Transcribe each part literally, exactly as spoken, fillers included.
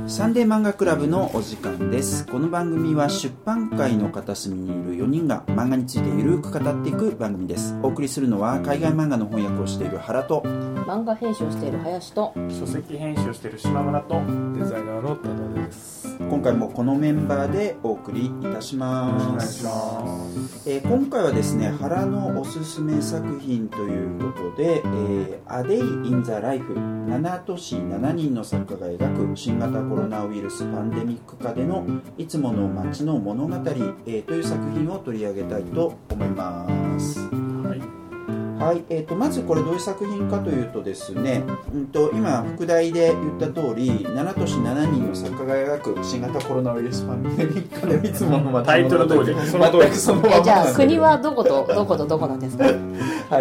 サンデー漫画クラブのお時間です。この番組は出版界の片隅にいるよにんが漫画についてゆるく語っていく番組です。お送りするのは海外漫画の翻訳をしている原と、 漫画編集をしている林と、 書籍編集をしている島村と、 デザイナーの多田です。 今回もこのメンバーでお送りいたします。えー、今回はですね、原のおすすめ作品ということで、えー、A Day in the Life なな都市ななにんの作家が描く新型コロナウイルスパンデミック下でのいつもの街の物語、えー、という作品を取り上げたいと思います。はいはい、えー、とまずこれどういう作品かというとですね、うんと今副題で言った通りなな都市ななにんの作家が描く新型コロナウイルスパンデミック下でいつもの街の物語、 タイトル通りその通りそのままなんで、 じゃあ国はどことどことどこなんですか？ はい、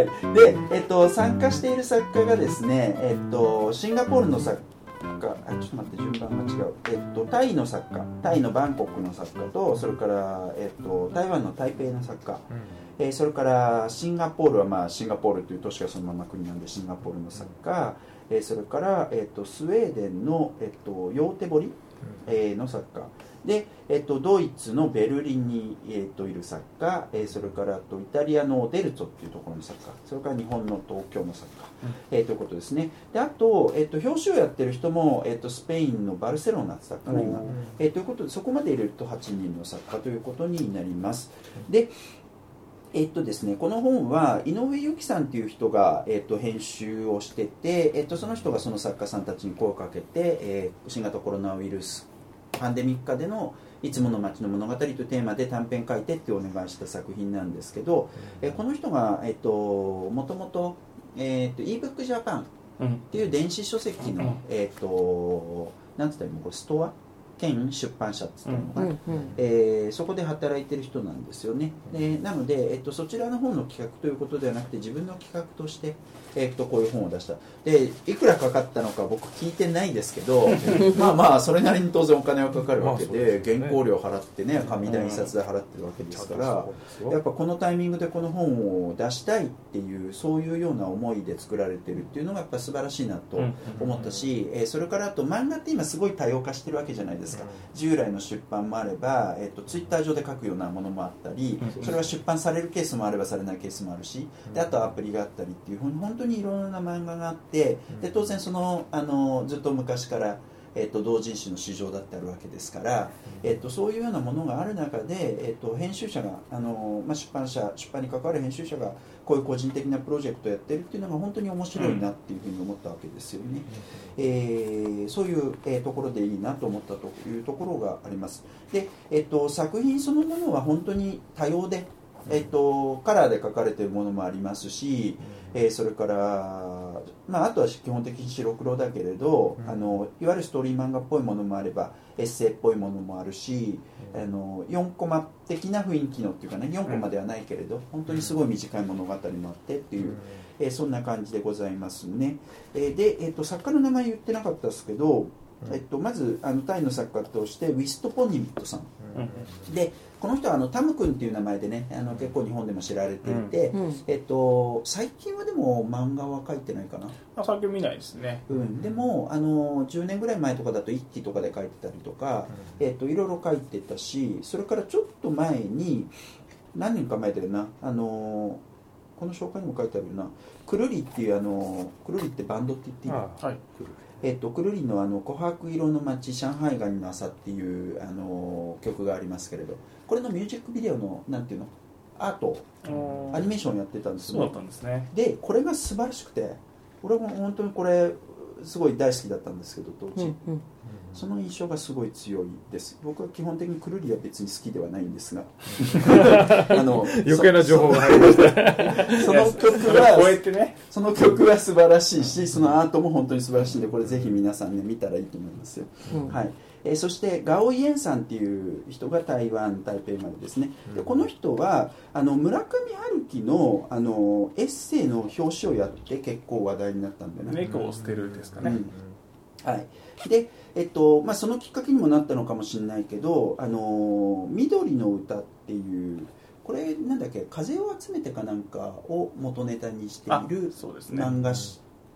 で、えー、と参加している作家がですね、えー、とシンガポールの作家、あちょっと待って順番が違う、えっと、タイの作家、タイのバンコクの作家と、それから、えっと、台湾の台北の作家、うんえー、それからシンガポールは、まあ、シンガポールという都市がそのまま国なんでシンガポールの作家、うんえー、それから、えっと、スウェーデンの、えっと、ヨーテボリ、うんえー、の作家で、えっと、ドイツのベルリンに、えっと、いる作家、えー、それからとイタリアのデルツォっていうところの作家、それから日本の東京の作家、うんえー、ということですね。であと、えっと、表紙をやってる人も、えっと、スペインのバルセロナ作家が今、うんえー、ということでそこまで入れるとはちにんの作家ということになります。でえっとですね、この本は井上由紀さんという人が、えっと、編集をしてて、えっと、その人がその作家さんたちに声をかけて、えー、新型コロナウイルスパンデミック下でのいつもの街の物語というテーマで短編書いてってお願いした作品なんですけど、うんえー、この人が、えっと、もともと、えー、と eBook Japan っていう電子書籍の、うんえー、となんて言ったらいいのこれストア兼出版社って言ったのが、うんうんえー、そこで働いてる人なんですよね。でなので、えっと、そちらの本の企画ということではなくて自分の企画として、えっと、こういう本を出した。でいくらかかったのか僕聞いてないですけどまあまあそれなりに当然お金はかかるわけ で, で、ね、原稿料払ってね紙代印刷で払ってるわけですから、うん、やっぱこのタイミングでこの本を出したいっていうそういうような思いで作られてるっていうのがやっぱ素晴らしいなと思ったし、うんえー、それからあと漫画って今すごい多様化してるわけじゃないですか。従来の出版もあれば、えー、とツイッター上で書くようなものもあったり、それは出版されるケースもあればされないケースもあるし、であとアプリがあったりっていう本当にいろんな漫画があって、で当然そのあのずっと昔からえー、と同人誌の市場だってあるわけですから、えー、とそういうようなものがある中で、えー、と編集者があの、まあ、出版社出版に関わる編集者がこういう個人的なプロジェクトをやってるっていうのが本当に面白いなっていうふうに思ったわけですよね、うんえー、そういう、えー、ところでいいなと思ったというところがあります。で、えー、と作品そのものは本当に多様で、えー、とカラーで描かれているものもありますし、えー、それから、まあ、あとは基本的に白黒だけれど、うん、あのいわゆるストーリー漫画っぽいものもあればエッセイっぽいものもあるし、うん、あのよんコマ的な雰囲気のっていうかねよんコマではないけれど、うん、本当にすごい短い物語もあってっていう、うんえー、そんな感じでございますね。えー、で、えー、と作家の名前言ってなかったですけど、うんえっと、まずあのタイの作家としてウィスト・ポニミットさん、うん、でこの人はあのタム君っていう名前でねあの結構日本でも知られていて、うんえっと、最近はでも漫画は描いてないかな。 あ最近見ないですね、 うん、でもあのじゅうねんぐらい前とかだと一期とかで描いてたりとか、うんえっと、いろいろ描いてたし、それからちょっと前に何年か前だよなあのこの紹介にも書いてあるよなくるりっていうあのくるりってバンドって言っていいの？ はいえっと、くるりのあの琥珀色の街上海ガニの朝っていうあの曲がありますけれど、これのミュージックビデオのなんていうのアートアニメーションやってたんですよ。 そうだったんですね。 でこれが素晴らしくて俺も本当にこれすごい大好きだったんですけど当時、うんうん、その印象がすごい強いです。僕は基本的にくるりは別に好きではないんですがあの余計な情報が入りましたその曲は超えて、ね、 その曲は素晴らしいしそのアートも本当に素晴らしいんでこれぜひ皆さんね見たらいいと思いますよ、うんはいえー、そしてガオイエンさんっていう人が台湾台北までですね。でこの人はあの村上春樹 の, あのエッセイの表紙をやって結構話題になったんだよね。 猫を捨てるですかね、うんはいでえっとまあ、そのきっかけにもなったのかもしれないけどあの緑の歌っていうこれなんだっけ風を集めてかなんかを元ネタにしている漫画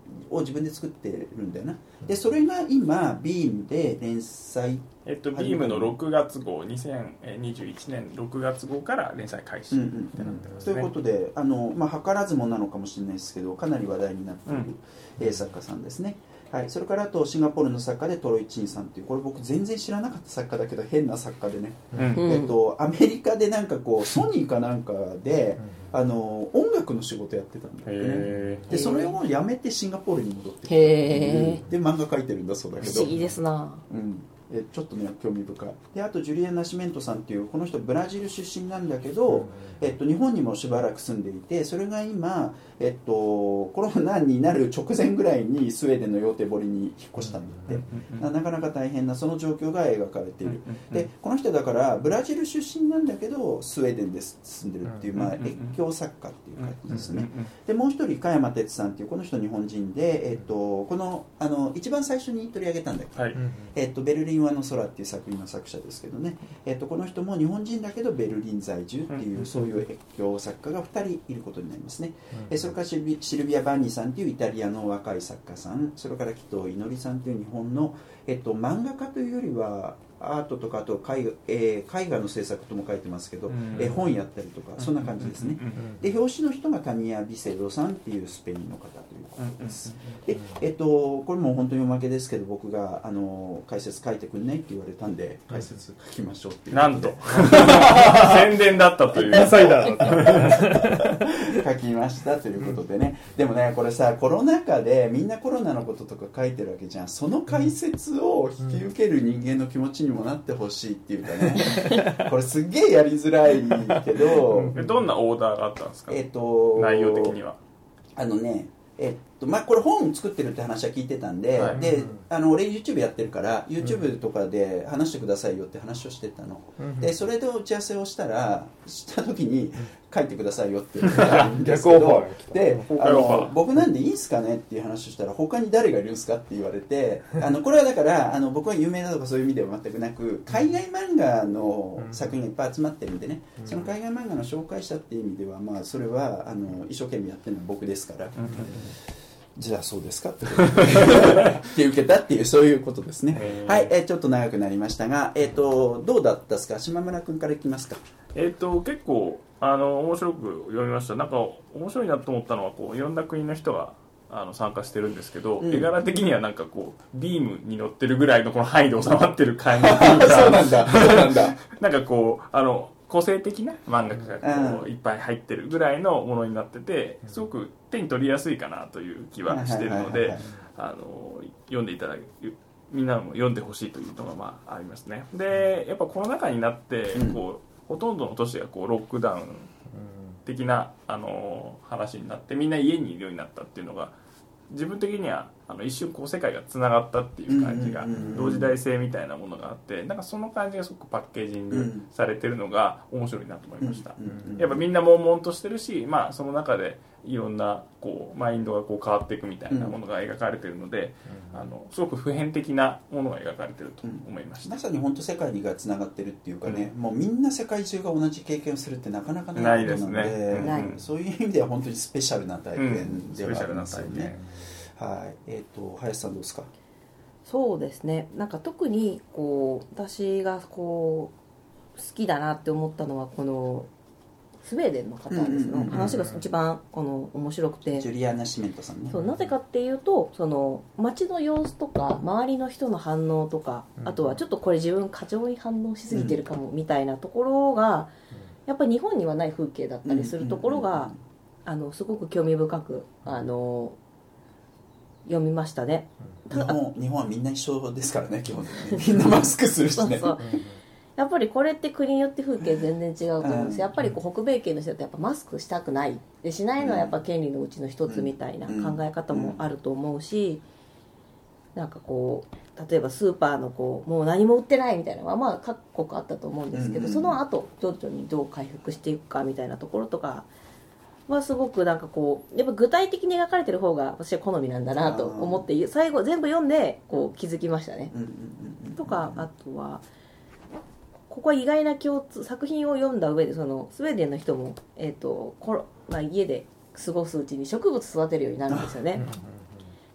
を自分で作ってるんだよな。でそれが今ビームで連載、 えっと、ビームのろくがつごうにせんにじゅういちねんろくがつごうから連載開始ってなってますね。 ということであの、まあ、図らずもなのかもしれないですけどかなり話題になっている、うん、作家さんですね。はい、それからあとシンガポールの作家でトロイ・チンさんっていうこれ僕全然知らなかった作家だけど変な作家でね、うんえっと、アメリカでなんかこうソニーかなんかであの音楽の仕事やってたんだよね。でそれを辞めてシンガポールに戻ってきてへで漫画描いてるんだそうだけど不思議ですな、 うんえちょっとね興味深い。であとジュリアン・ナシメントさんっていうこの人ブラジル出身なんだけど、えっと、日本にもしばらく住んでいてそれが今、えっと、コロナになる直前ぐらいにスウェーデンのヨーテボリに引っ越したんだって、なかなか大変なその状況が描かれている。でこの人だからブラジル出身なんだけどスウェーデンで住んでるっていう、まあ、越境作家っていう感じですね。でもう一人加山哲さんっていうこの人日本人で、えっと、この、あの一番最初に取り上げたんだけど、はいえっと、ベルリンの空っていう作品の作者ですけどね、えっと、この人も日本人だけどベルリン在住っていうそういう越境作家がふたりいることになりますね。えそれからシルビ、シルビア・バンニさんっていうイタリアの若い作家さん、それから紀藤いのりさんっていう日本の、えっと、漫画家というよりはアートとかあと絵画、えー、絵画の制作とも書いてますけど、絵本やったりとかそんな感じですね。で表紙の人がタニア・ビセドさんっていうスペインの方ということです。で、えっと、これも本当におまけですけど僕があの解説書いてくんねって言われたんで解説書きましょうっていうなんと宣伝だったというインサイダー書きましたということでね、うん、でもねこれさコロナ禍でみんなコロナのこととか書いてるわけじゃん。その解説を引き受ける人間の気持ちにもなってほしいっていうかねこれすっげえやりづらいけどどんなオーダーがあったんですか、 えっと、 内容的には。 あのねえっとまあ、これ本作ってるって話は聞いてたんで、はい、であの俺 YouTube やってるから YouTube とかで話してくださいよって話をしてたの、うん、でそれで打ち合わせをしたらした時に書いてくださいよって言ったんですけどであの僕なんでいいんすかねっていう話をしたら他に誰がいるんすかって言われてあのこれはだからあの僕は有名だとかそういう意味では全くなく海外漫画の作品がいっぱい集まってるんでね、うん、その海外漫画の紹介者っていう意味では、まあ、それはあの一生懸命やってるのは僕ですから、うんじゃあそうですかってって受けたっていうそういうことですね。はい、えー、ちょっと長くなりましたが、えー、とどうだったですか。島村君からいきますか。 えー、と結構あの面白く読みました。なんか面白いなと思ったのはこういろんな国の人があの参加してるんですけど、うん、絵柄的にはなんかこうビームに乗ってるぐらいのこの範囲で収まってる感じそうなんだそうなんだなんかこうあの個性的な漫画家がこういっぱい入ってるぐらいのものになっててすごく手に取りやすいかなという気はしているので読んでいただくみんなも読んでほしいというのがまあありますね。でやっぱコロナ禍になってこうほとんどの都市がこうロックダウン的なあの話になってみんな家にいるようになったっていうのが自分的にはあの一瞬こう世界がつながったっていう感じが同時代性みたいなものがあってなんかその感じがすごくパッケージングされてるのが面白いなと思いました。やっぱみんな悶々としてるし、まあ、その中でいろんなこうマインドがこう変わっていくみたいなものが描かれてるのであのすごく普遍的なものが描かれてると思いました。 まさに本当世界がつながってるっていうかね、うん、もうみんな世界中が同じ経験をするってなかなかないことなので、ないですね、うん、そういう意味では本当にスペシャルな体験ではありますよね。はい、えーと、林さんどうですか。 そうですね、なんか特にこう私がこう好きだなって思ったのはこのスウェーデンの方ですの話が一番この面白くて、 ジュリア・ナシメントさんね。 そうなぜかっていうとその街の様子とか周りの人の反応とか、うん、あとはちょっとこれ自分過剰に反応しすぎてるかもみたいなところが、うん、やっぱり日本にはない風景だったりするところが、あのすごく興味深くあの読みましたね。 日本、日本はみんな一緒ですからね基本的にみんなマスクするしね。そうそうやっぱりこれって国によって風景全然違うと思うんです。やっぱりこう北米系の人ってやっぱマスクしたくないでしないのはやっぱ権利のうちの一つみたいな考え方もあると思うし、なんかこう例えばスーパーのこうもう何も売ってないみたいなのはまあ各国あったと思うんですけど、その後徐々にどう回復していくかみたいなところとかはすごくなんかこうやっぱ具体的に描かれてる方が私は好みなんだなと思って最後全部読んでこう気づきましたね。とかあとはここは意外な共通作品を読んだ上でそのスウェーデンの人も、えーとコロまあ、家で過ごすうちに植物育てるようになるんですよね。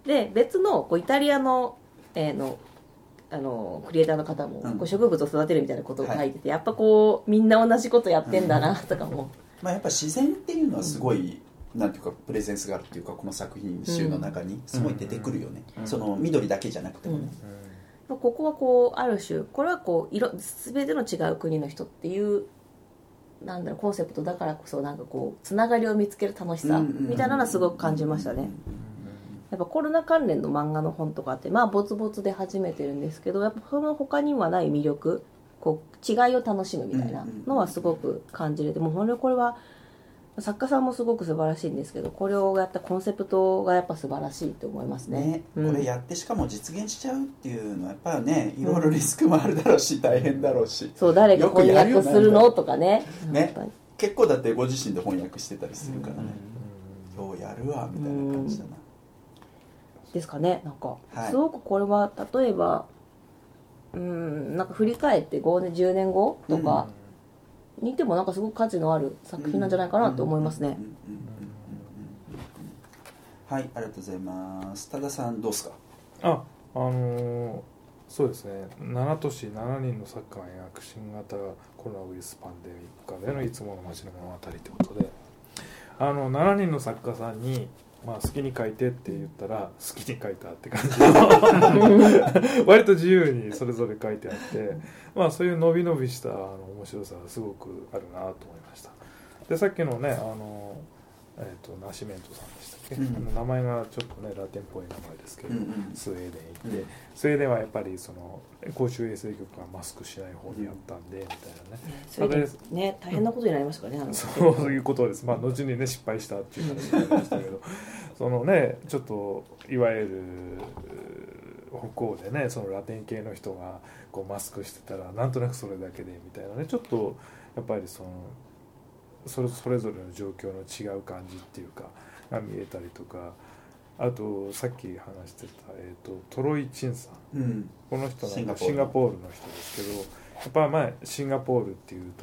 で別のこうイタリアの、えー、のあのクリエイターの方も、 うんこう植物を育てるみたいなことを書いてて、はい、やっぱこうみんな同じことやってんだなとかも、うんまあ、やっぱ自然っていうのはすごい、うん、なんていうかプレゼンスがあるっていうかこの作品集の中にすごい出てくるよね、うん、その緑だけじゃなくてもね、 うん、ここはこうある種これはこう色全ての違う国の人っていうなんだろうコンセプトだからこそなんかこうつながりを見つける楽しさみたいなのはすごく感じましたね。やっぱコロナ関連の漫画の本とかってまあボツボツで始めてるんですけどやっぱその他にはない魅力こう違いを楽しむみたいなのはすごく感じれてもう本当にこれは作家さんもすごく素晴らしいんですけどこれをやったコンセプトがやっぱ素晴らしいと思いますね。 ね、 うん、 これやってしかも実現しちゃうっていうのはやっぱねいろいろリスクもあるだろうし大変だろうしそう誰が翻訳するのとかねね結構だってご自身で翻訳してたりするからねようやるわみたいな感じだなですかねなんか、 はい、 すごくこれは例えばうんなんか振り返ってごねんじゅうねんごとかにてもなんかすごく価値のある作品なんじゃないかなと思いますね。 はいありがとうございます。多田さんどうですか。 ああのー、そうですねなな都市ななにんのサッカーが描く新型コロナウイルスパンデミックでのいつもの街の物語ということであのしちにんの作家さんにまあ、好きに書いてって言ったら好きに書いたって感じの割と自由にそれぞれ書いてあって、まあ、そういう伸び伸びしたあの面白さがすごくあるなと思いました。でさっきのねあの、えー、とナシメントさんでしたっけ、うん、あの名前がちょっとねラテンっぽい名前ですけど、うんうん、スウェーデン行って、うん、スウェーデンはやっぱりその公衆衛生局がマスクしない方にやったんで、うん、みたいなね、 それでね大変なことになりましたからね、うん、 そういうことです。まあ後にね失敗したっていう話になりましたけどそのねちょっといわゆる北欧でねそのラテン系の人がこうマスクしてたらなんとなくそれだけでみたいなねちょっとやっぱりそのそれ、それぞれの状況の違う感じっていうかが見えたりとかあとさっき話してた、えー、とトロイ・チンさん、うん、この人はシンガポールの人ですけどやっぱまあシンガポールっていうと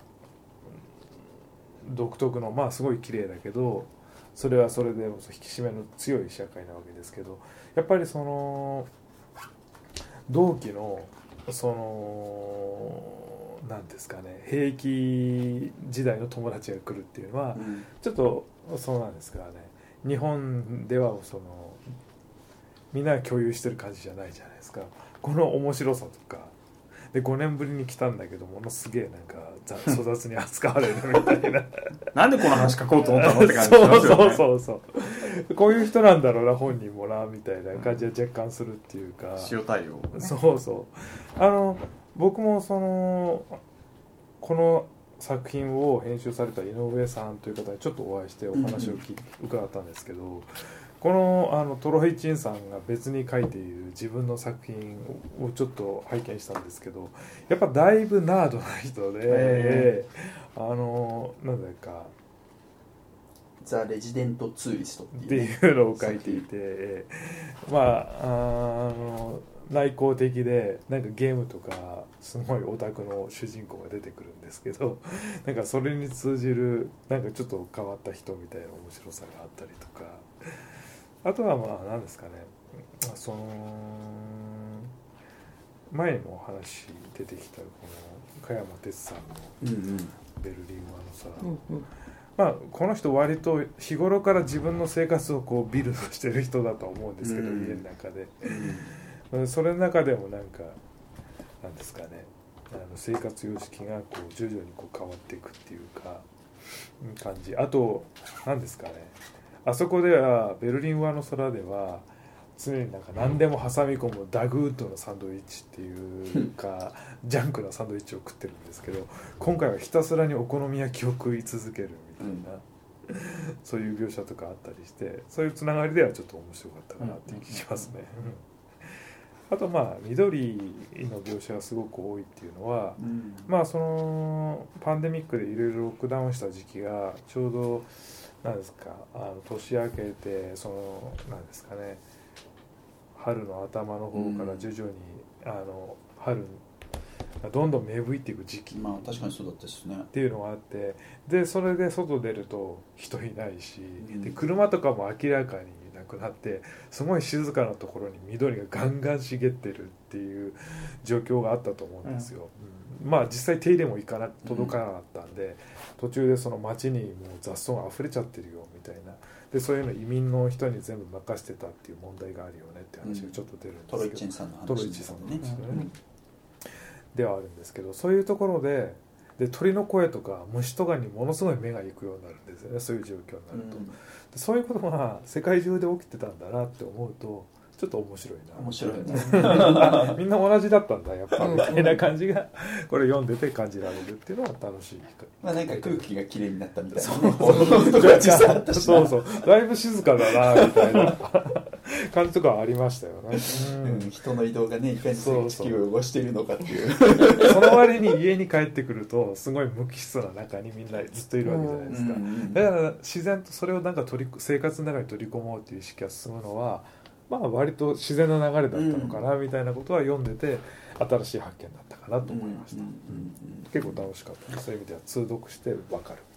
独特のまあすごい綺麗だけどそれはそれで引き締めの強い社会なわけですけどやっぱりその同期のそのなんですかね兵役時代の友達が来るっていうのは、うん、ちょっとそうなんですからね日本ではそのみんなが共有してる感じじゃないじゃないですか。この面白さとかでごねんぶりに来たんだけどものすげえなんか粗雑に扱われるみたいななんでこの話書こうと思ったのって感じしますよね。 そうそうそうこういう人なんだろうな本人もなみたいな感じは若干するっていうか、 うん、塩対応、ね、 そうそうあの僕もそのこの作品を編集された井上さんという方にちょっとお会いしてお話を聞、うん、伺ったんですけどこの、あのトロイチンさんが別に書いている自分の作品をちょっと拝見したんですけどやっぱだいぶナードな人であのなんだかザ・レジデント・ツーリストっていう、ね、のを書いていてまああの内向的でなんかゲームとかすごいオタクの主人公が出てくるんですけどなんかそれに通じるなんかちょっと変わった人みたいな面白さがあったりとかあとはまあ何ですかねその前にもお話出てきたこの加山哲さんのベルリンはのさ、うんうんまあ、この人割と日頃から自分の生活をこうビルドしてる人だと思うんですけど、うん、家の中で、うん、それの中でもなんかなんですかねあの生活様式がこう徐々にこう変わっていくっていうか感じあと何ですかねあそこではベルリン上の空では常になんか何でも挟み込むダグーッドのサンドイッチっていうかジャンクなサンドイッチを食ってるんですけど今回はひたすらにお好み焼きを食い続けるみたいな、うん、そういう描写とかあったりしてそういうつながりではちょっと面白かったかなっていう気しますね、うん、あとまあ緑の描写がすごく多いっていうのは、うん、まあそのパンデミックでいろいろロックダウンした時期がちょうどなんですかあの年明けてそのなんですかね春の頭の方から徐々に、うん、あの春どんどん芽吹いていく時期まあ確かにそうだったですねっていうのがあってでそれで外出ると人いないし、うん、で車とかも明らかになくなってすごい静かなところに緑がガンガン茂ってるっていう状況があったと思うんですよ、うん、まあ実際手入れもいかな届かなかったんで、うん、途中でその町にもう雑草が溢れちゃってるよみたいなでそういうの移民の人に全部任せてたっていう問題があるよねって話がちょっと出るんですけど、 トロイチンさんの話トロイチンさんのね、 うん、 ではあるんですけどそういうところでで鳥の声とか虫とかにものすごい目が行くようになるんですよねそういう状況になると、うん、でそういうことが世界中で起きてたんだなって思うとちょっと面白いな面白いねみんな同じだったんだやっぱみたいな感じがこれ読んでて感じられるっていうのは楽しい、 まあ、なんか空気がきれいになったみたいな、 ね、そうそうだいぶ静かだなみたいな感じとかありましたよね、 うん、人の移動がねいかに地球を汚しているのかっていうその割に家に帰ってくるとすごい無機質な中にみんなずっといるわけじゃないですか、うん、だから自然とそれをなんか取り生活の中に取り込もうという意識が進むのはまあ割と自然な流れだったのかなみたいなことは読んでて新しい発見だったかなと思いました、うんうんうん、結構楽しかったそういう意味では通読して分かるみたいなこと、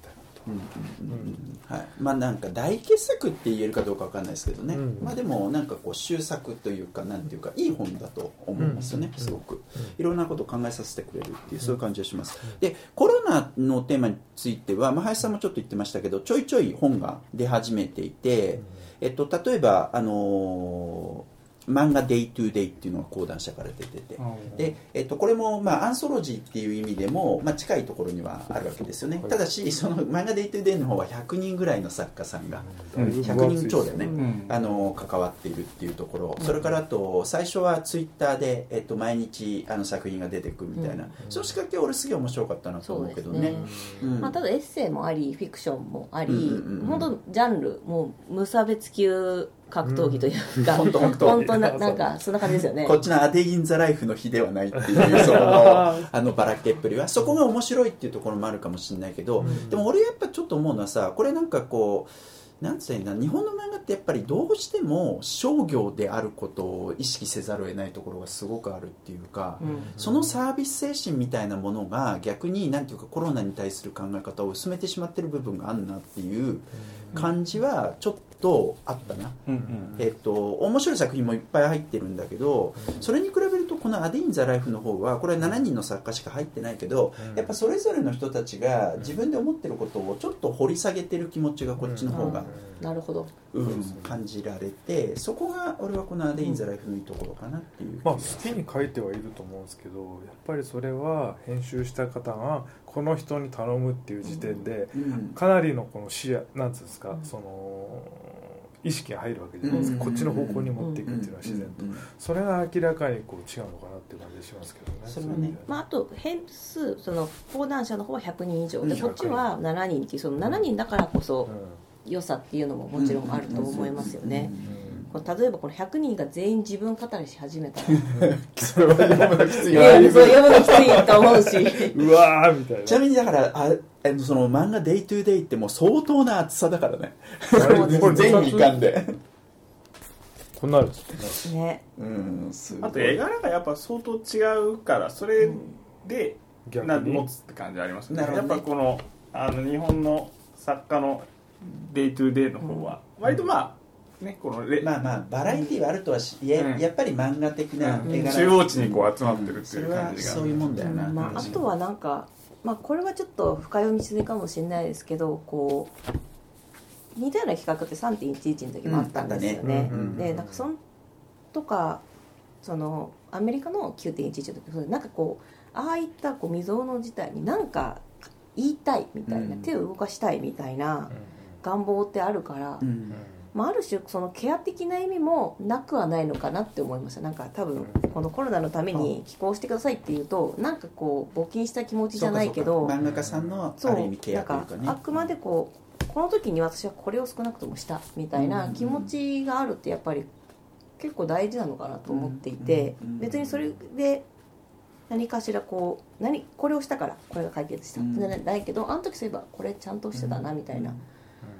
うんうんうんはい、まあなんか大傑作って言えるかどうか分かんないですけどね、うん、まあでもなんかこう終作というかなんていうかいい本だと思いますよね、うん、すごく、うん、いろんなことを考えさせてくれるっていうそういう感じがします、うん、でコロナのテーマについては、まあ、林さんもちょっと言ってましたけどちょいちょい本が出始めていて、うんえっと、例えば、あのー、漫画 デイトゥーデイ っていうのが講談社から出てて、で、えっと、これも、まあ、アンソロジーっていう意味でも、まあ、近いところにはあるわけですよね、はい、ただしその漫画 デイトゥーデイ の方はひゃくにんぐらいの作家さんが、うん、ひゃくにん超でね、うん、あの関わっているっていうところ、うん、それからあと最初はツイッターで、えっと、毎日あの作品が出てくるみたいな、うん、その仕掛け俺すげえ面白かったなと思うけどね、 うんまあ、ただエッセイもありフィクションもあり、うんうんうん、本当ジャンルもう無差別級格闘技というか、うん、本当本当ななんかそんな感じですよね。 こっちのアデインザライフの日ではないっていうそのあのばらけっぷりはそこが面白いっていうところもあるかもしれないけど、うん、でも俺やっぱちょっと思うのはさこれなんかこうなんつったらいいんだ日本の漫画ってやっぱりどうしても商業であることを意識せざるを得ないところがすごくあるっていうか、うん、そのサービス精神みたいなものが逆になんていうかコロナに対する考え方を薄めてしまってる部分があるなっていう感じはちょっとあったな、うんうん、えっと面白い作品もいっぱい入ってるんだけどそれに比べるとこのアデイン・ザ・ライフの方はこれはしちにんの作家しか入ってないけどやっぱそれぞれの人たちが自分で思ってることをちょっと掘り下げてる気持ちがこっちの方が、 うん、なるほど、 うん、感じられてそこが俺はこのアデイン・ザ・ライフのいいところかなっていう、 まあ、好きに書いてはいると思うんですけどやっぱりそれは編集した方がこの人に頼むっていう時点でかなりのこの視野なんつうんですか、うん、その意識が入るわけじゃないですか、うん、こっちの方向に持っていくっていうのは自然と、うん、それが明らかにこう違うのかなっていう感じしますけどね。 それはね、まあ、あと編数その講談社の方はひゃくにん以上でこっちはしちにんっていうそのしちにんだからこそ良さっていうのももちろんあると思いますよね。例えばこのひゃくにんが全員自分語りし始めたらそれは読むのきついわ読むのきついと思うしうわーみたいな。 ちなみにだからあその漫画デイトゥーデイってもう相当な厚さだからね全にかんでこんなあるんですね、 うん、 あと絵柄がやっぱ相当違うからそれで、うん、な持つって感じありますね。やっぱこのあの日本の作家のデイトゥーデイの方は割とまあ、うんね、このまあまあバラエティーはあるとはし、うん、や, やっぱり漫画的な絵柄、うん、中央値にこう集まってるっていう感じが、 うん、そういうもんだよな、 うんまあ、あとはなんか、まあ、これはちょっと深読みしすぎかもしれないですけどこう似たような企画って さんてんいちいち の時もあったんですよね、うん、でなんかそんとかそのアメリカの きゅうてんいちいち の時なんかこうああいったこう未曾有の事態に何か言いたいみたいな、うん、手を動かしたいみたいな願望ってあるから、うんまあ、ある種そのケア的な意味もなくはないのかなって思いました。なんか多分このコロナのために寄稿してくださいっていうとなんかこう募金した気持ちじゃないけど漫画家さんのある意味ケアというかねなんかあくまでこうこの時に私はこれを少なくともしたみたいな気持ちがあるってやっぱり結構大事なのかなと思っていて別にそれで何かしらこう何これをしたからこれが解決したじゃないけどあの時そういえばこれちゃんとしてたなみたいな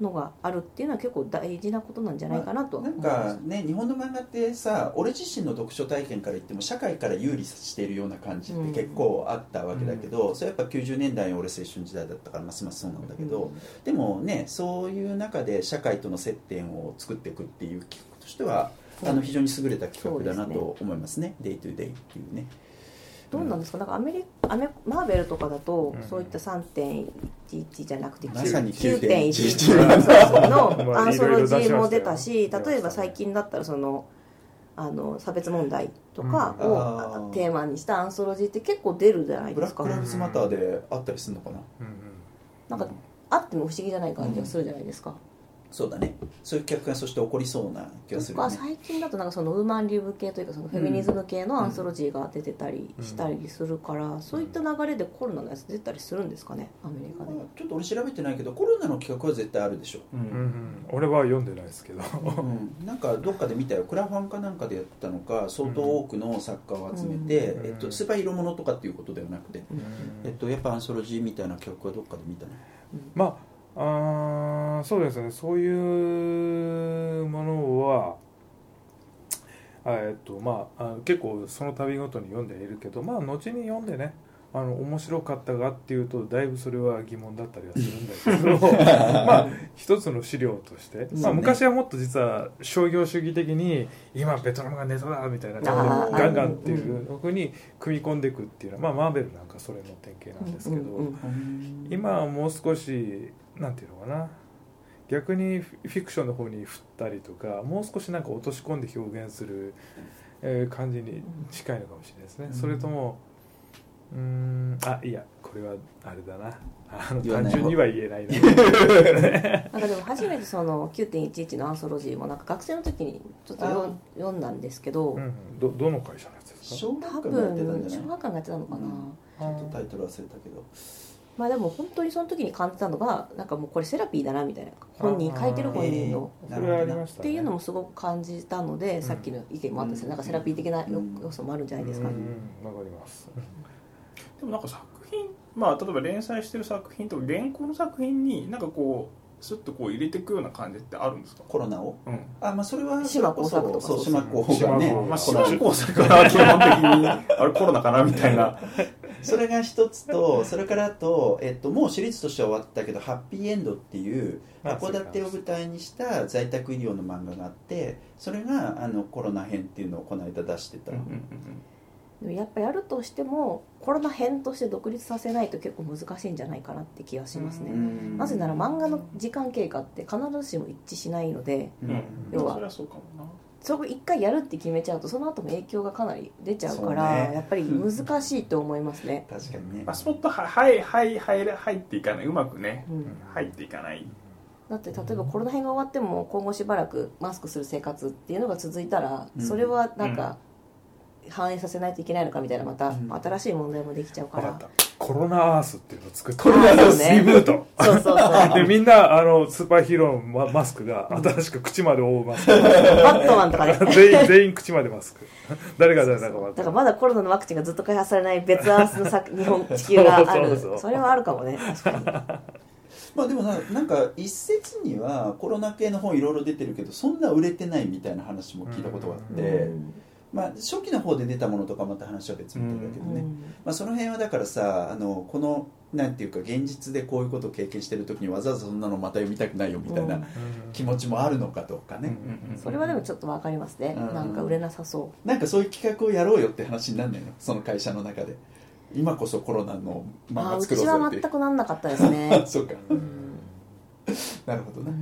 のがあるっていうのは結構大事なことなんじゃないかなとは思います、 まあ、なんかね日本の漫画ってさ俺自身の読書体験から言っても社会から有利しているような感じって結構あったわけだけど、うん、それやっぱきゅうじゅうねんだいに俺青春時代だったからますますそうなんだけど、うん、でもねそういう中で社会との接点を作っていくっていう企画としてはあの非常に優れた企画だなと思いますね。デイトゥデイっていうね。 どうなんですか、なんかアメリアメマーベルとかだと、うん、そういった さんてんいちいち じゃなくて きゅうてんいちいち のアンソロジーも出たし、例えば最近だったらそのあの差別問題とかをテーマにしたアンソロジーって結構出るじゃないですか。 ブラック・ライブズ・マターであったりするのかな、うんうん、 なんかあっても不思議じゃない感じがするじゃないですか、うん、 そうだね、そういう企画がそして起こりそうな気がするよね。 最近だとなんかそのウーマンリブ系というかそのフェミニズム系のアンソロジーが出てたりしたりするから、うんうん、そういった流れでコロナのやつ出たりするんですかね、アメリカで。 ちょっと俺調べてないけどコロナの企画は絶対あるでしょ、 うんうん、俺は読んでないですけど、 うん、なんかどっかで見たよ、クラファンかなんかでやったのか相当多くの作家を集めて、うんえっと、スーパーヒーローものとかっていうことではなくて、うんえっと、やっぱアンソロジーみたいな企画はどっかで見たの、 うん、まああそうですね、そういうものはえっとまあ結構その度ごとに読んでいるけど、まあ後に読んでねあの面白かったかっていうとだいぶそれは疑問だったりはするんだけどまあ一つの資料として、まあ、昔はもっと実は商業主義的に今ベトナムがネタだみたいな感じでガンガンっていうふうに組み込んでいくっていうのは、まあ、マーベルなんかそれの典型なんですけど、今はもう少しなんていうのかな、逆にフィクションの方に振ったりとかもう少しなんか落とし込んで表現する、えー、感じに近いのかもしれないですね、うん、それともうーんあいやこれはあれだなあの単純には言えないななんかでも初めてその きゅうてんいちいち のアンソロジーもなんか学生の時にちょっと読んだんですけど、 うんうん、ど, どの会社のやつですか。 小学館がやってたんじゃない。 小学館がやってたのかな、 うん、ちょっとタイトル忘れたけど、 まあでも本当にその時に感じたのがなんかもうこれセラピーだなみたいな、本人書いてる本人の、 えー、それはありましたねっていうのもすごく感じたので、うん、さっきの意見もあったんですよ、なんかセラピー的な要素もあるんじゃないですか。わ、 うん、かります。 でもなんか作品、まあ例えば連載してる作品とか現行の作品になんかこうスッとこう入れていくような感じってあるんですか。 コロナを、 うん、 あ、まあそれは島工作とかそう島工がね、 まあ島工作が基本的にあれコロナかなみたいなそれが一つと、それからあと、えっと、もうシリーズとしては終わったけどハッピーエンドっていう函館を舞台にした在宅医療の漫画があって、それがあのコロナ編っていうのをこの間出してた、うんうんうん、 でもやっぱやるとしてもコロナ編として独立させないと結構難しいんじゃないかなって気がしますね。なぜなら漫画の時間経過って必ずしも一致しないので、 うん、要はそれはそうかもな、 そこ一回やるって決めちゃうとその後も影響がかなり出ちゃうから、ね、やっぱり難しいと思いますね。 確かにね、 まあ、スポットははいはい入入っていかない、うまくね、うん、入っていかない。 だって例えばコロナ編が終わっても今後しばらくマスクする生活っていうのが続いたら、うん、それはなんか反映させないといけないのかみたいな、また新しい問題もできちゃうから、うん、 コロナアースっていうのを作ってコロナアースリブートそうそうそうでみんなあのスーパーヒーローのマスクが新しく口まで覆うマスクバットマンとかね全員全員口までマスク誰が誰だか分かる。 だからまだコロナのワクチンがずっと開発されない別アースのさ日本地球があるそうそうそう、それはあるかもね、確かにまあでも な, なんか一説にはコロナ系の本いろいろ出てるけどそんな売れてないみたいな話も聞いたことがあって、うんまあ、初期の方で出たものとかまた話は別みたいだけどね、うんまあ、その辺はだからさあのこのなんていうか現実でこういうことを経験してる時にわざわざそんなのまた読みたくないよみたいな気持ちもあるのかどうかね、 うんうん、それはでもちょっと分かりますね、うん、なんか売れなさそう、 なんかそういう企画をやろうよって話になんないの、その会社の中で今こそコロナの漫画作ろうぜって。 うちは全くなんなかったですねそうか、うんなるほどね、うん、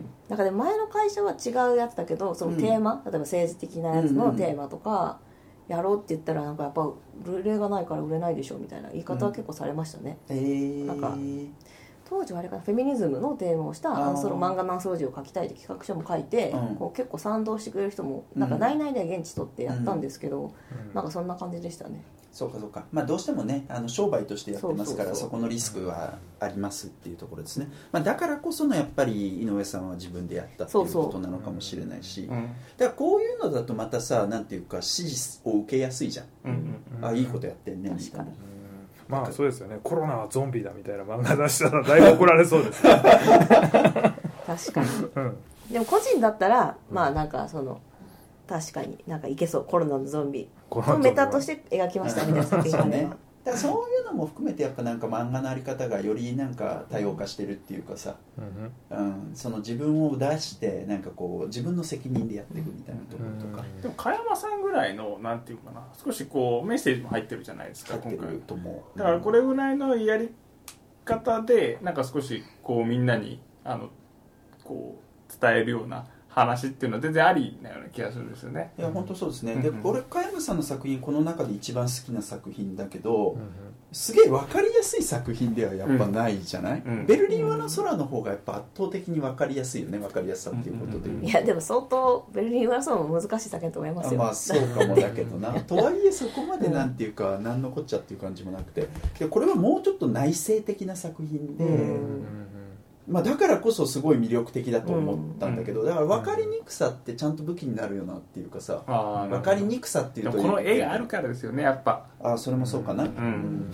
だから前の会社は違うやつだけどそのテーマ、うん、例えば政治的なやつのテーマとかやろうって言ったらなんかやっぱ売れがないから売れないでしょみたいな言い方は結構されましたね、うん、えー、なんか当時はあれかな、フェミニズムのテーマをしたアンソロ漫画のアンソロジーを書きたいって企画書も書いて、うん、こう結構賛同してくれる人もなんか内々では現地取ってやったんですけど、うん、なんかそんな感じでしたね。 そうかそうか、まあ、どうしてもねあの商売としてやってますから、そうそうそう、そこのリスクはありますっていうところですね、まあ、だからこそのやっぱり井上さんは自分でやったっていうことなのかもしれないし、そうそう、うん、だからこういうのだとまたさなんていうか支持を受けやすいじゃん、うんうん、あいいことやってんねみたいな、 まあそうですよね、コロナはゾンビだみたいな漫画出したらだいぶ怒られそうですね確かに、 うん、 でも個人だったらまあなんかその確かになんかいけそう、コロナのゾンビをメタとして描きましたみたいな作品があればだからそういうのも含めてやっぱなんか漫画のあり方がよりなんか多様化してるっていうかさ、うんうん、その自分を出してなんかこう自分の責任でやっていくみたいなところとか、 うん、でも加山さんぐらいのなんていうかな、少しこうメッセージも入ってるじゃないですか。 入ってると思う、 今回だからこれぐらいのやり方でなんか少しこうみんなにあのこう伝えるような話っていうのは全然ありなような気がするんですよね。 いや本当そうですね、うんうん、で俺加山さんの作品この中で一番好きな作品だけど、うんうん、すげえ分かりやすい作品ではやっぱないじゃない、うんうん、ベルリンはの空の方がやっぱ圧倒的に分かりやすいよね、分かりやすさっていうことで、うんうん、 いやでも相当ベルリンはの空も難しい作品と思いますよ。 まあそうかもだけどなとはいえそこまでなんていうか何のこっちゃっていう感じもなくて、でこれはもうちょっと内省的な作品で、うんまあ、だからこそすごい魅力的だと思ったんだけど、だから分かりにくさってちゃんと武器になるよなっていうかさ、うん、分かりにくさっていうとこの絵があるからですよねやっぱ。 あそれもそうかな、うんうん、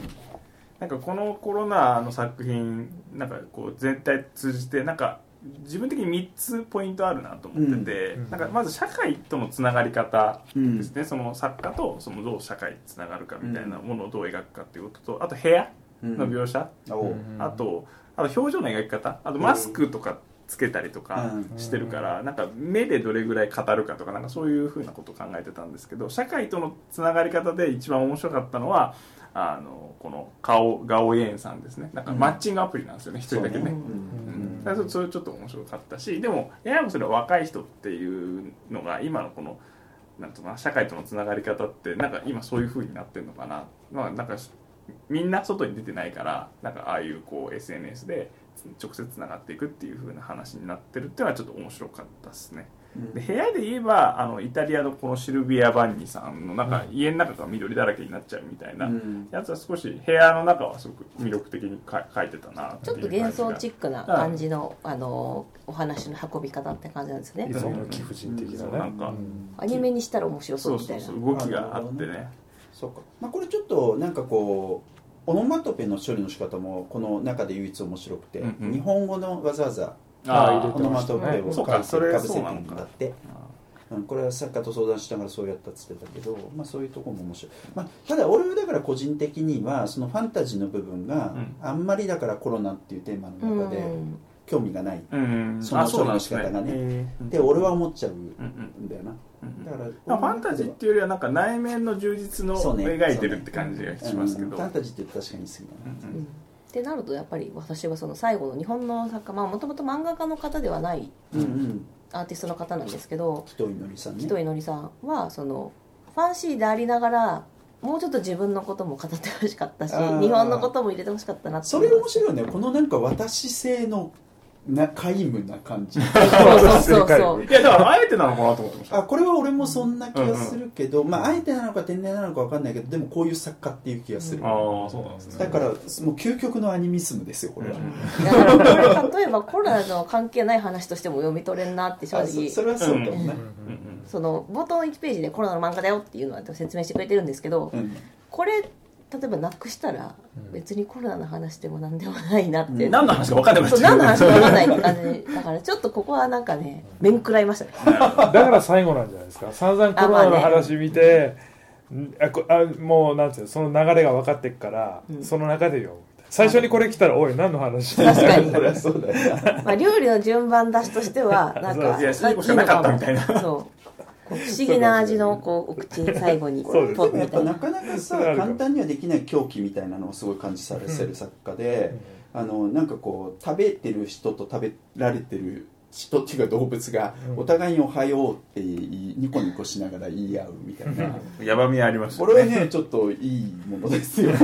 なんかこのコロナの作品なんかこう全体通じてなんか自分的にみっつポイントあるなと思ってて、うん、なんかまず社会とのつながり方ですね、うん、その作家とそのどう社会につながるかみたいなものをどう描くかっていうことと、あと部屋の描写、うん、あとあと表情の描き方、あとマスクとかつけたりとかしてるから、なんか目でどれぐらい語るかとかなんかそういう風なことを考えてたんですけど、社会とのつながり方で一番面白かったのはあのこの顔ガオイエンさんですね。なんかマッチングアプリなんですよね、一人だけね。うんうん、それちょっと面白かったし、でもややもそれは若い人っていうのが今のこのなんとか社会とのつながり方ってなんか今そういう風になってるのかな。まあなんかみんな外に出てないからなんかああいうこう エスエヌエス で直接つながっていくっていう風な話になってるっていうのはちょっと面白かったですね、うん、で部屋で言えばあのイタリアのこのシルビア・バンニさんのなんか、うん、家の中が緑だらけになっちゃうみたいなやつは少し部屋の中はすごく魅力的に描いてたなっていう。 ちょっと幻想チックな感じの、あのお話の運び方って感じなんですね。 理想の貴婦人的なね、 なんか、うん、 アニメにしたら面白そうみたいな。 そうそうそう動きがあってね。 そうか、まあ、これちょっとなんかこうオノマトペの処理の仕方もこの中で唯一面白くて、うんうん、日本語のわざわざオノマトペを書いてかぶせてるんだって、うん、これは作家と相談しながらそうやったっつってたけど、まあ、そういうところも面白い、まあ、ただ俺はだから個人的にはそのファンタジーの部分があんまりだからコロナっていうテーマの中で興味がない、うん、その処理の仕方がね、で俺は思っちゃうんだよな。 だからファンタジーっていうよりはなんか内面の充実の描いてるって感じがしますけど、 ねねうん、ファンタジーって確かに好きな、 うんうん、ってなるとやっぱり私はその最後の日本の作家、まあもともと漫画家の方ではないアーティストの方なんですけど、 紀藤いのりさんね、 紀藤いのりさんはそのファンシーでありながらもうちょっと自分のことも語ってほしかったし、日本のことも入れてほしかったなって。 それ面白いよね、このなんか私性のな皆無な感じ。 そうそうそうそう。 いやだからあえてなのかなと思ってました。 あ、これは俺もそんな気がするけど、うんうん、まああえてなのか天然なのか分かんないけど、でもこういう作家っていう気がする。 うん、ああそうなんですね。 だからもう究極のアニミスムですよこれは。うん、 だからこれ例えばコロナの関係ない話としても読み取れんなって正直。 そ, それはそうかもね。 その冒頭のいちページでコロナの漫画だよっていうのは説明してくれてるんですけど、うん、これ例えばなくしたら別にコロナの話でも何でもないなって、うん、 何の話か分かんなくなっちゃう。 何の話か分かんないって感じだからちょっとここはなんかね面食らいましたね。 だから最後なんじゃないですか。散々コロナの話見て あ、ね、あ, あもうなんていうのその流れが分かってっから、うん、その中でよ最初にこれ来たらおい何の話確かにそりゃそうだよな、 まあ、料理の順番出しとしてはなんかいや最後しかなかったみたいな。 そう不思議な味のこうお口に最後にポッみたいな。なかなかさ簡単にはできない狂気みたいなのをすごい感じさせる作家で、うん、あのなんかこう食べてる人と食べられてる人っていうか動物がお互いにおはようってニコニコしながら言い合うみたいなやばみありますよね。これはねちょっといいものですよ。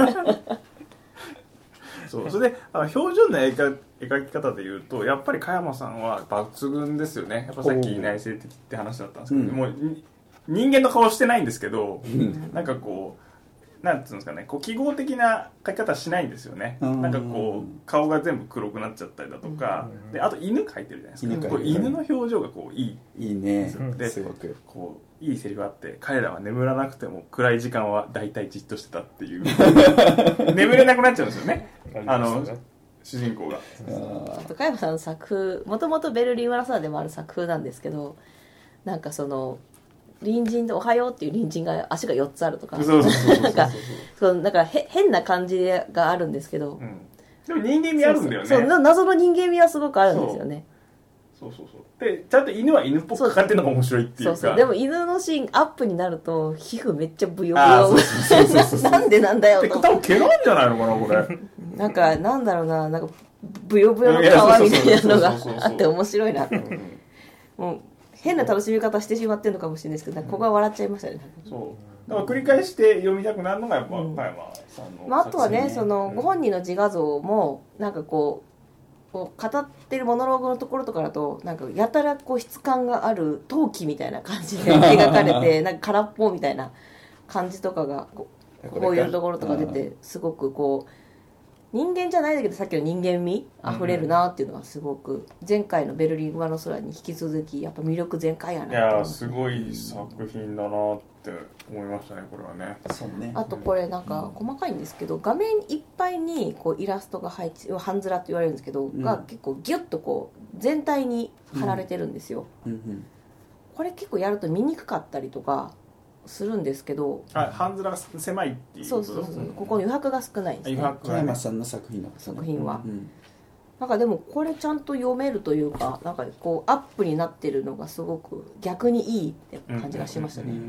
そうそれであの表情の描き方でいうとやっぱり加山さんは抜群ですよね。やっぱさっき内省的って話だったんですけど、うん、もう人間の顔してないんですけど、うん、なんかこうなんていうんですかねこう記号的な描き方しないんですよね、うん、なんかこう顔が全部黒くなっちゃったりだとか、うん、であと犬描いてるじゃないですか。犬, こう犬の表情がこういいいいねですごくこういいセリフあって彼らは眠らなくても暗い時間は大体じっとしてたっていう眠れなくなっちゃうんですよね。あの主人公が。 あと加山さんの作風もともとベルリン・ワラサーでもある作風なんですけど、なんかその隣人でおはようっていう隣人が足がよっつあるとか、 そうそうそうそうなんかそうだからへ変な感じがあるんですけど、 うん、でも人間味あるんだよね。 そうそう謎の人間味はすごくあるんですよね。 そうそうそうでちゃんと犬は犬っぽく描かれてるのが面白いっていうか。 そうそうでも犬のシーンアップになると皮膚めっちゃブヨブあヨそうそうそうそうなんでなんだよでと多分毛なんじゃないのかなこれ。 なんかなんだろうな、なんかブヨブヨの皮みたいなのがあって面白いなってもう変な楽しみ方してしまってるのかもしれないですけど、ここは笑っちゃいましたね。 そうだから繰り返して読みたくなるのがやっぱ加山さんの、 まあ、あとはね、そのご本人の自画像もなんかこうこう語ってるモノローグのところとかだとなんかやたらこう質感がある陶器みたいな感じで描かれてなんか空っぽみたいな感じとかがこう、こういうところとか出てすごくこう人間じゃないんだけどさっきの人間味あふれるなっていうのはすごく前回のベルリン上の空に引き続きやっぱ魅力全開やなといやすごい作品だなって思いましたねこれはね。 そうね。 あとこれなんか細かいんですけど画面いっぱいにこうイラストが配置半面って言われるんですけど、うん、が結構ギュッとこう全体に貼られてるんですよ、うんうんうん、これ結構やると見にくかったりとかするんですけど、 あ半面が狭いっていうそうそうそう、ここ余白が少ないんですね。 加山さんの作品の作品は、うん、なんかでもこれちゃんと読めるというかなんかこうアップになってるのがすごく逆にいいって感じがしましたね、うんうんうん、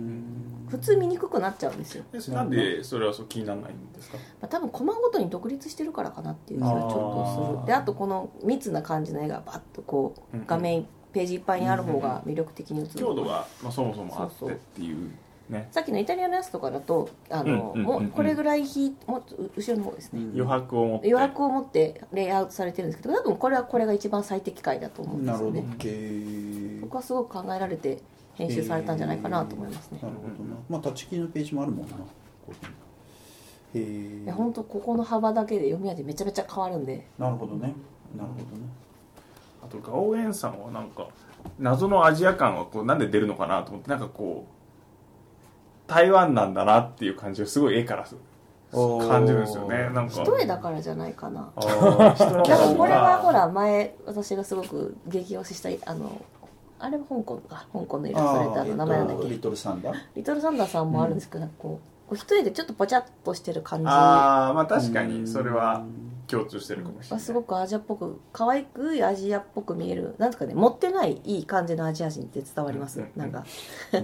普通見にくくなっちゃうんですよ。 なんでそれはそう気にならないんですか？ まあ、多分コマごとに独立してるからかなっていう気がちょっとする。であとこの密な感じの絵がバッとこう画面、うんうん、ページいっぱいにある方が魅力的に映る、 強度が、まあ、そもそもあってっていう、 そうそうね、さっきのイタリアのやつとかだとあの、うんうんうんうん、もうこれぐらいひも後ろの方ですね、 余白を持って余白を持ってレイアウトされてるんですけど多分これはこれが一番最適解だと思うんですよね。なるほど。僕はすごく考えられて編集されたんじゃないかなと思いますね。 なるほどな。まあタッチキーのページもあるもんな。 へえ。いや本当ここの幅だけで読み味めちゃめちゃ変わるんで。 なるほどね。なるほどね。 あとガオエンさんはなんか謎のアジア感はこうなんで出るのかなと思ってなんかこう台湾なんだなっていう感じがすごい絵から感じるんですよね。なんか一重だからじゃないかな。だからこれはほら前私がすごく激推ししたあのあれも香港か香港のイラストレーターの名前なんだっけ、 リトルサンダーリトルサンダーさんもあるんですけど、うん、こうこう一重でちょっとポチャッとしてる感じ。 ああまあ確かにそれは共通してるかもしれない。 すごくアジアっぽく可愛くアジアっぽく見えるなんとかね持ってないいい感じのアジア人って伝わります、うん、なんか、 うん、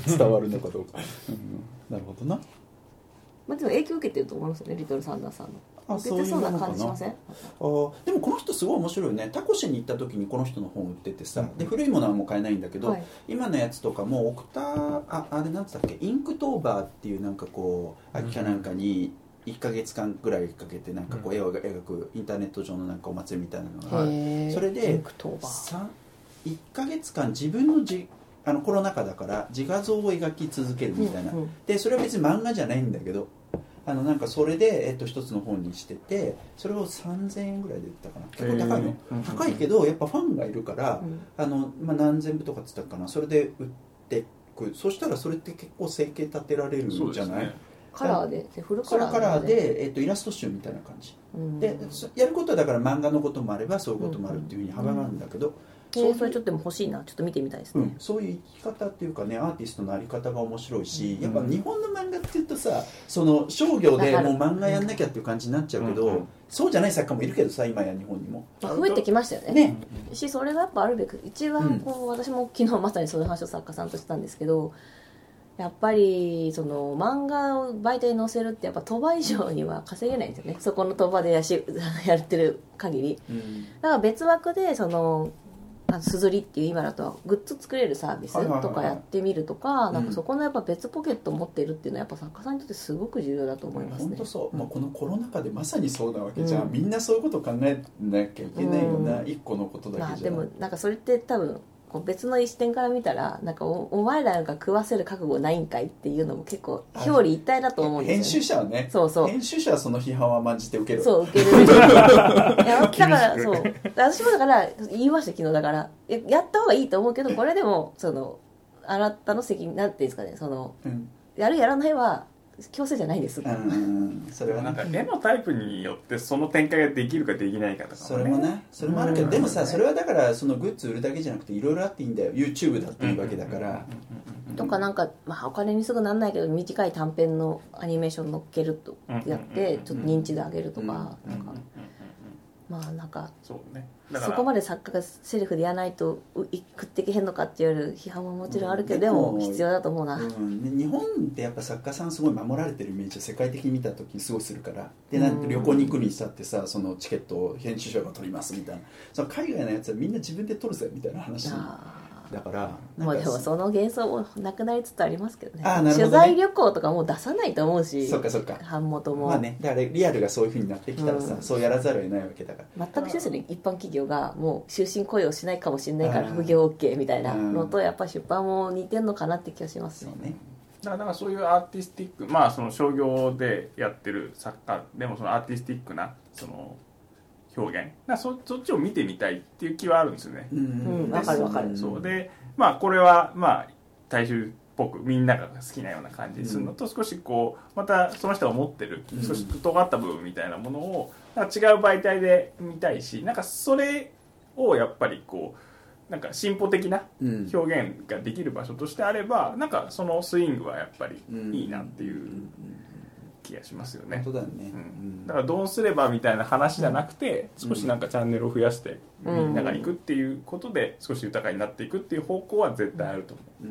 伝わるのかどうか、うん、なるほどな。 まあ、でも影響受けてると思いますよねリトルサンダーさんの。あそういうの感じしません？あでもこの人すごい面白いよね。タコシに行った時にこの人の本売っててさ、うん、で古いものはもう買えないんだけど、はい、今のやつとかもオクタああれなんつったっけインクトーバーっていうなんかこう秋かなんかにいっかげつかんぐらいかけてなんかこう絵を描くインターネット上のなんかお祭りみたいなのが、はい、それでいっかげつかん自分のじあのコロナ禍だから自画像を描き続けるみたいな、うんうん、でそれは別に漫画じゃないんだけどあのなんかそれで、えっと、一つの本にしててそれをさんぜんえんぐらいで売ったかな。結構高いの、えー、高いけどやっぱファンがいるから、うん、あのまあ、何千部とかっつったかなそれで売ってく。そしたらそれって結構生計立てられるんじゃない？ カラーでフルカラー で, カラーで、えっと、イラスト集みたいな感じ、うん、でやることはだから漫画のこともあればそういうこともあるっていうふうに幅があるんだけど、うんそうそれちょっとでも欲しいなちょっと見てみたいですね、 うん、そういう生き方っていうかねアーティストのあり方が面白いし、うん、やっぱ日本の漫画っていうとさその商業でもう漫画やんなきゃっていう感じになっちゃうけど、うん、そうじゃない作家もいるけどさ今や日本にも、 まあ、増えてきましたよねねしそれがやっぱあるべく一番こう、うん、私も昨日まさにそういう話を作家さんとしたんですけどやっぱりその漫画を媒体に載せるってやっぱ鳥羽以上には稼げないんですよねそこの鳥羽でやしやってる限り、うん、だから別枠でそのすずりっていう今だとグッズ作れるサービスとかやってみるとか、なんかそこのやっぱ別ポケットを持っているっていうのはやっぱ作家さんにとってすごく重要だと思いますね。 本当そう、まあ、このコロナ禍でまさにそうなわけじゃん、うん、みんなそういうことを考えなきゃいけないよな、うん、一個のことだけじゃ、まあ、 でもなんかそれって多分こう別の視点から見たらなんか お, お前らが食わせる覚悟ないんかいっていうのも結構表裏一体だと思うんですよ、ね、 編集者はねそうそう編集者はその批判はまじて受けるそう受けるいやだからそう私もだから言いました昨日だからや, やった方がいいと思うけどこれでもそのあなたの責任なんていうんですかねその、うん、やるやらないは強制じゃないです、 うん、それはなんか絵のタイプによってその展開ができるかできないかとか、ね、 それもねそれもあるけど、でもさそれはだからそのグッズ売るだけじゃなくていろいろあっていいんだよ。 YouTube だっていいわけだから、 とかなんか、まあ、お金にすぐなんないけど短い短編のアニメーション乗っけるとやってちょっと認知度上げるとか、なんかまあなんかそうね、 そこまで作家がセリフでやらないと食ってけへんのかっていう批判ももちろんあるけど、でも必要だと思うな、 うん、日本ってやっぱ作家さんすごい守られてるイメージを世界的に見た時にすごいするから、でなんて旅行に行くにしたってさ、そのチケットを編集者が取りますみたいな、その海外のやつはみんな自分で取るぜみたいな話だから、 まあでもその幻想もなくなりつつありますけどね。 あ、なるほどね、 取材旅行とかもう出さないと思うし、 そっかそっか、 版元もまあね、だからリアルがそういう風になってきたらさ、うん、そうやらざるを得ないわけだから、 全く一緒に一般企業がもう終身雇用しないかもしれないから副業 OK みたいなのとやっぱ出版も似てんのかなって気がしますね。 そうね、 だからそういうアーティスティック、まあその商業でやってる作家でもそのアーティスティックなその表現だ そ, そっちを見てみたいっていう気はあるんですよね。 うん、わかるわかる。 そうで、まあこれはまあ大衆っぽくみんなが好きなような感じにするのと、少しこうまたその人が持ってる少し尖った部分みたいなものをなんか違う媒体で見たいし、なんかそれをやっぱりこうなんか進歩的な表現ができる場所としてあれば、なんかそのスイングはやっぱりいいなっていう気がしますよね。 本当だよね、 うん、だからどうすればみたいな話じゃなくて、少しなんかチャンネルを増やしてみんなが行くっていうことで少し豊かになっていくっていう方向は絶対あると思う。 うん、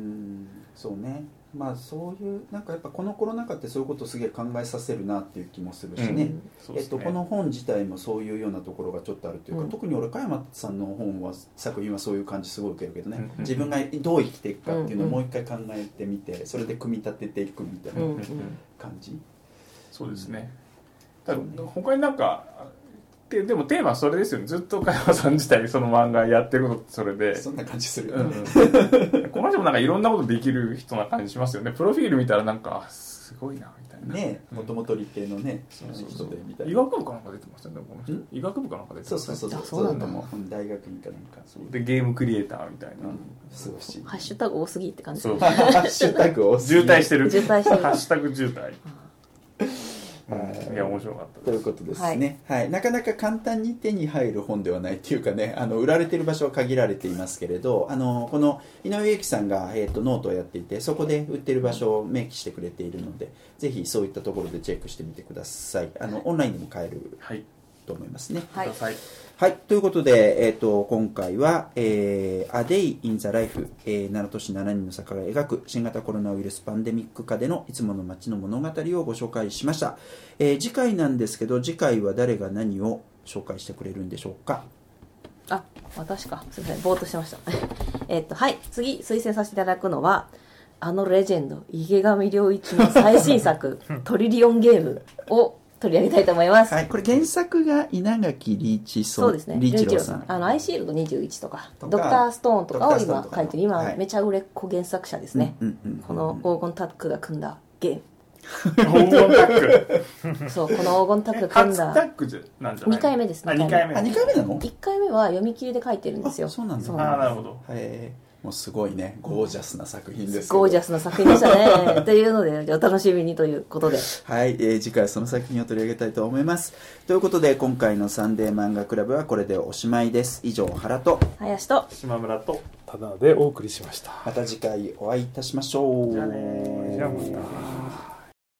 そうね、まあそういうなんかやっぱこのコロナ禍ってそういうことをすげえ考えさせるなっていう気もするしね、うん、えっと、この本自体もそういうようなところがちょっとあるというか、うん、特に俺加山さんの本は作品はそういう感じすごい受けるけどね、うん、自分がどう生きていくかっていうのをもう一回考えてみて、それで組み立てていくみたいな感じ、うんうん、 そうですね。だから他になんかで, でもテーマはそれですよね。ずっと加山さん自体その漫画やってるのってそれで、 そんな感じするよね、 うん、この人もなんかいろんなことできる人な感じしますよね。プロフィール見たらなんかすごいなみたいなね、もともと理系のね、 そうそうそう、 人でみたいな。 医学部かなんか出てましたね、この人。医学部かなんか出てましたね。 そうそうそう、 そうなんだもん、大学院かなんかでゲームクリエイターみたいな、うん、 すごいしハッシュタグ多すぎって感じ。 そうハッシュタグ多すぎ渋滞してる渋滞してるハッシュタグ渋滞いや面白かったです。 ということですね、はいはい、なかなか簡単に手に入る本ではないっていうかね、あの売られている場所は限られていますけれど、あのこの井上由紀さんが、えーと、ノートをやっていて、そこで売っている場所を明記してくれているので、ぜひそういったところでチェックしてみてください。あのオンラインでも買えると思いますね。 はい、 はいはい、ということで、えー、と今回は、えー、A Day in the Life、えー、奈良都市しちにんの作家が描く新型コロナウイルスパンデミック下でのいつもの街の物語をご紹介しました、えー、次回なんですけど、次回は誰が何を紹介してくれるんでしょうか。 あ、私か、すみません、ぼーっとしてましたえっとはい、次推薦させていただくのはあのレジェンド池上良一の最新作トリリオンゲームを取り上げたいと思います。 はい、これ原作が稲垣理一さん、 そうですね、 理一郎さん、 あのアイシールドにじゅういちとかドクターストーンとかを今書いてる、今、はい、めちゃ売れっ子原作者ですね、うんうんうんうん、この黄金タッグが組んだゲーム黄金タッグそう、この黄金タッグが組んだ初タッグじゃなんじゃないにかいめです。 あ、にかいめ。 あ、にかいめなの？ いっかいめは読み切りで書いてるんですよ。 あ、そうなんだ。 あ、なるほど。 へー、もうすごいね、ゴージャスな作品です。 ゴージャスな作品でしたねというのでお楽しみにということで、 はい、えー、次回はその作品を取り上げたいと思います。ということで今回のサンデー漫画クラブはこれでおしまいです。以上、原と林と島村とただでお送りしました。 また次回お会いいたしましょう。 じゃあねー。 じゃあまた。